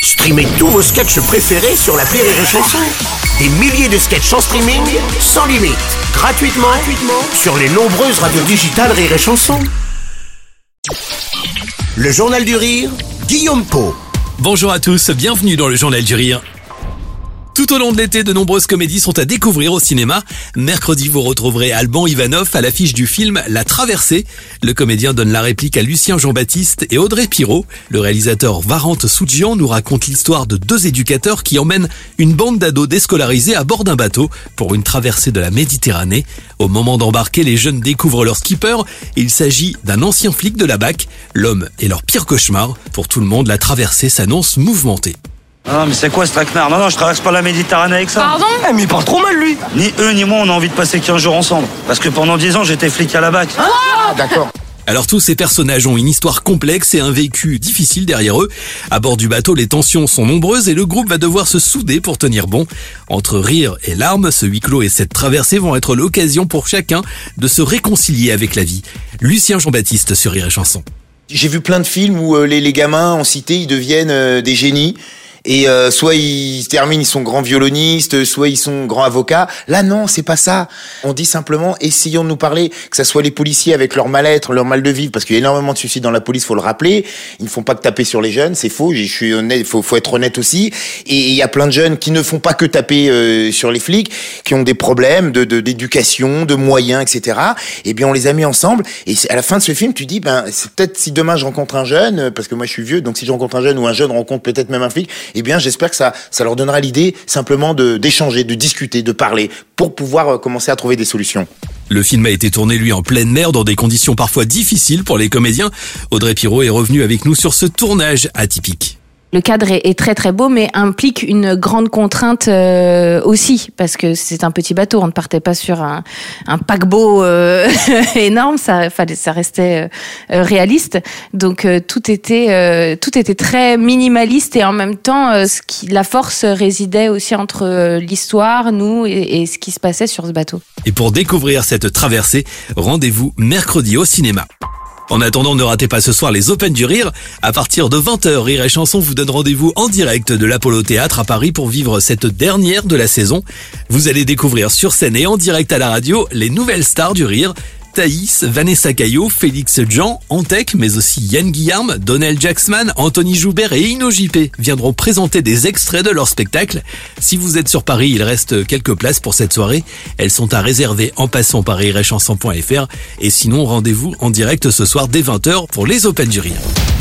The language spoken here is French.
Streamez tous vos sketchs préférés sur l'appli Rire et Chanson. Des milliers de sketchs en streaming, sans limite, gratuitement sur les nombreuses radios digitales Rire et Chanson. Le Journal du Rire, Guillaume Pau. Bonjour à tous, bienvenue dans le Journal du Rire. Tout au long de l'été, de nombreuses comédies sont à découvrir au cinéma. Mercredi, vous retrouverez Alban Ivanov à l'affiche du film La Traversée. Le comédien donne la réplique à Lucien Jean-Baptiste et Audrey Pirot. Le réalisateur Varante Soudjian nous raconte l'histoire de deux éducateurs qui emmènent une bande d'ados déscolarisés à bord d'un bateau pour une traversée de la Méditerranée. Au moment d'embarquer, les jeunes découvrent leur skipper. Il s'agit d'un ancien flic de la BAC. L'homme est leur pire cauchemar. Pour tout le monde, la traversée s'annonce mouvementée. Non mais c'est quoi ce traquenard? Non, je traverse pas la Méditerranée avec ça. Pardon? Mais il parle trop mal lui. Ni eux ni moi on a envie de passer 15 jours ensemble. Parce que pendant 10 ans j'étais flic à la BAC. Ah, d'accord. Alors tous ces personnages ont une histoire complexe et un vécu difficile derrière eux. À bord du bateau, les tensions sont nombreuses et le groupe va devoir se souder pour tenir bon. Entre rire et larmes, ce huis clos et cette traversée vont être l'occasion pour chacun de se réconcilier avec la vie. Lucien Jean-Baptiste sur Rire et Chanson. J'ai vu plein de films où les gamins en cité, ils deviennent des génies. Et soit ils terminent, ils sont grands violonistes, soit ils sont grands avocats. Là, non, c'est pas ça. On dit simplement, essayons de nous parler, que ça soit les policiers avec leur mal-être, leur mal de vivre, parce qu'il y a énormément de suicides dans la police, faut le rappeler. Ils ne font pas que taper sur les jeunes, c'est faux. Je suis honnête, faut être honnête aussi. Et il y a plein de jeunes qui ne font pas que taper sur les flics, qui ont des problèmes d'éducation, de moyens, etc. Et bien, on les a mis ensemble. Et à la fin de ce film, tu dis, c'est peut-être si demain je rencontre un jeune, parce que moi je suis vieux, donc si je rencontre un jeune ou un jeune rencontre peut-être même un flic. Eh bien, j'espère que ça leur donnera l'idée simplement d'échanger, de discuter, de parler, pour pouvoir commencer à trouver des solutions. Le film a été tourné, lui, en pleine mer, dans des conditions parfois difficiles pour les comédiens. Audrey Pirot est revenue avec nous sur ce tournage atypique. Le cadre est très très beau, mais implique une grande contrainte aussi, parce que c'est un petit bateau. On ne partait pas sur un paquebot énorme. Ça restait réaliste. Donc tout était très minimaliste et en même temps, la force résidait aussi entre l'histoire, nous et ce qui se passait sur ce bateau. Et pour découvrir cette traversée, rendez-vous mercredi au cinéma. En attendant, ne ratez pas ce soir les Open du Rire. À partir de 20h, Rire et Chanson vous donne rendez-vous en direct de l'Apollo Théâtre à Paris pour vivre cette dernière de la saison. Vous allez découvrir sur scène et en direct à la radio les nouvelles stars du rire. Thaïs, Vanessa Caillot, Félix Jean, Antec, mais aussi Yann Guillarme, Donnell Jacksman, Anthony Joubert et Ino JP viendront présenter des extraits de leur spectacle. Si vous êtes sur Paris, il reste quelques places pour cette soirée. Elles sont à réserver en passant par rirechanson.fr. Et sinon, rendez-vous en direct ce soir dès 20h pour les Open du Rire.